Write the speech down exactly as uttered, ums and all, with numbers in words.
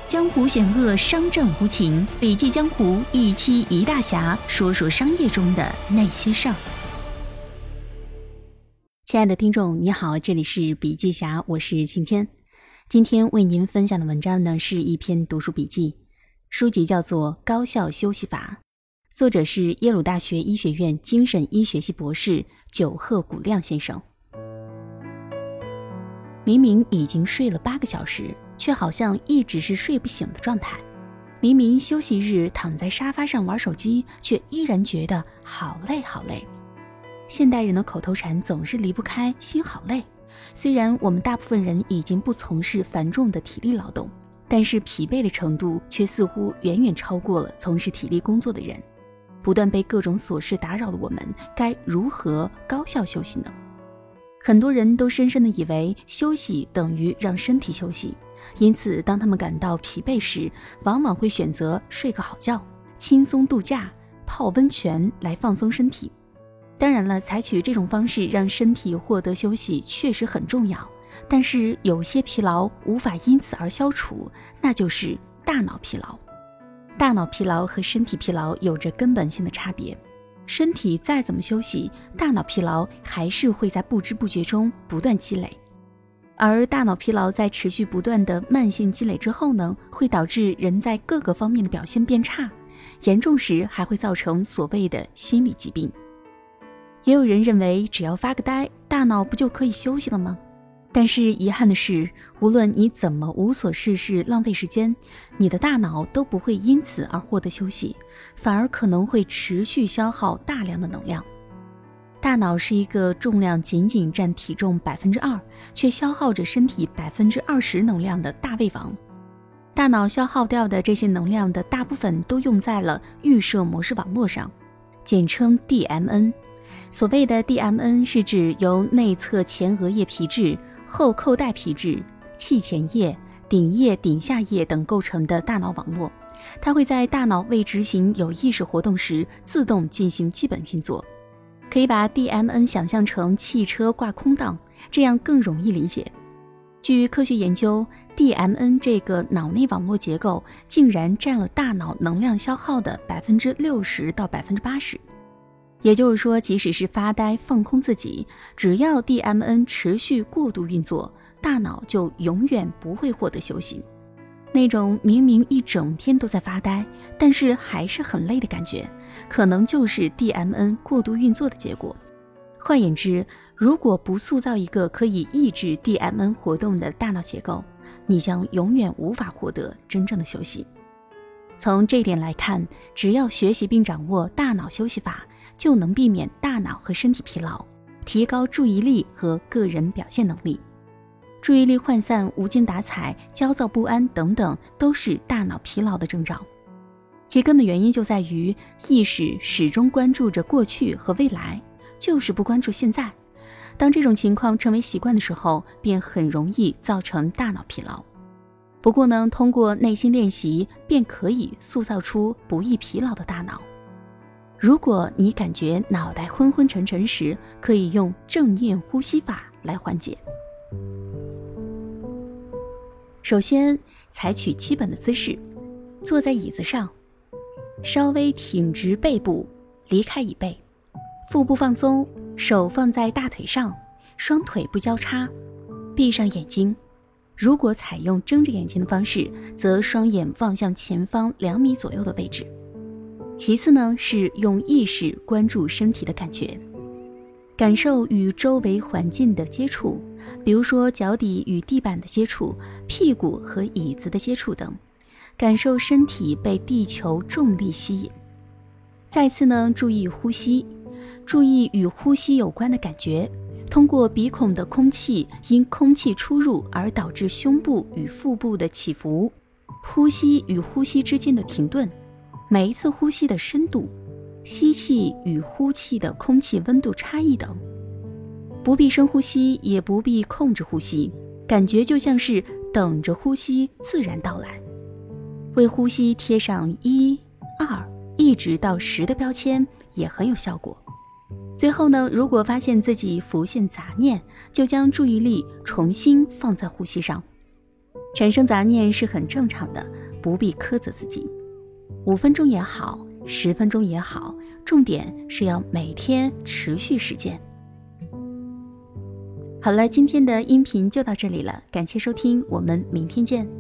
江湖险恶，商战无情。笔记江湖，一期一大侠，说说商业中的那些事儿。亲爱的听众，你好，这里是笔记侠，我是晴天。今天为您分享的文章呢，是一篇读书笔记，书籍叫做《高效休息法》，作者是耶鲁大学医学院精神医学系博士久贺古亮先生。明明已经睡了八个小时，却好像一直是睡不醒的状态。明明休息日躺在沙发上玩手机，却依然觉得好累好累。现代人的口头禅总是离不开心好累。虽然我们大部分人已经不从事繁重的体力劳动，但是疲惫的程度却似乎远远超过了从事体力工作的人。不断被各种琐事打扰的我们，该如何高效休息呢？很多人都深深地以为休息等于让身体休息，因此当他们感到疲惫时，往往会选择睡个好觉、轻松度假、泡温泉来放松身体。当然了，采取这种方式让身体获得休息确实很重要，但是有些疲劳无法因此而消除，那就是大脑疲劳。大脑疲劳和身体疲劳有着根本性的差别。身体再怎么休息，大脑疲劳还是会在不知不觉中不断积累。而大脑疲劳在持续不断的慢性积累之后呢，会导致人在各个方面的表现变差，严重时还会造成所谓的心理疾病。也有人认为只要发个呆，大脑不就可以休息了吗？但是遗憾的是，无论你怎么无所事事浪费时间，你的大脑都不会因此而获得休息，反而可能会持续消耗大量的能量。大脑是一个重量仅仅占体重 百分之二， 却消耗着身体 百分之二十 能量的大胃王。大脑消耗掉的这些能量的大部分都用在了预设模式网络上，简称 D M N。 所谓的 D M N 是指由内侧前额叶皮质、后扣带皮质、气前叶、顶叶顶下叶等构成的大脑网络，它会在大脑未执行有意识活动时自动进行基本运作。可以把 D M N 想象成汽车挂空档，这样更容易理解。据科学研究， D M N 这个脑内网络结构竟然占了大脑能量消耗的 百分之六十到百分之八十。也就是说，即使是发呆放空自己，只要 D M N 持续过度运作，大脑就永远不会获得休息。那种明明一整天都在发呆，但是还是很累的感觉，可能就是 D M N 过度运作的结果。换言之，如果不塑造一个可以抑制 D M N 活动的大脑结构，你将永远无法获得真正的休息。从这一点来看，只要学习并掌握大脑休息法，就能避免大脑和身体疲劳，提高注意力和个人表现能力。注意力涣散、无精打采、焦躁不安等等，都是大脑疲劳的征兆。其根本原因就在于意识始终关注着过去和未来，就是不关注现在。当这种情况成为习惯的时候，便很容易造成大脑疲劳。不过呢，通过内心练习，便可以塑造出不易疲劳的大脑。如果你感觉脑袋昏昏沉沉时，可以用正念呼吸法来缓解。首先，采取基本的姿势，坐在椅子上，稍微挺直背部，离开椅背，腹部放松，手放在大腿上，双腿不交叉，闭上眼睛。如果采用睁着眼睛的方式，则双眼望向前方两米左右的位置。其次呢，是用意识关注身体的感觉，感受与周围环境的接触，比如说脚底与地板的接触、屁股和椅子的接触等，感受身体被地球重力吸引。再次呢，注意呼吸，注意与呼吸有关的感觉，通过鼻孔的空气因空气出入而导致胸部与腹部的起伏，呼吸与呼吸之间的停顿，每一次呼吸的深度，吸气与呼气的空气温度差异等。不必深呼吸，也不必控制呼吸，感觉就像是等着呼吸自然到来。为呼吸贴上一、二，一直到十的标签也很有效果。最后呢，如果发现自己浮现杂念，就将注意力重新放在呼吸上。产生杂念是很正常的， 不必苛责自己。五分钟也好，十分钟也好，重点是要每天持续实践。好了，今天的音频就到这里了，感谢收听，我们明天见。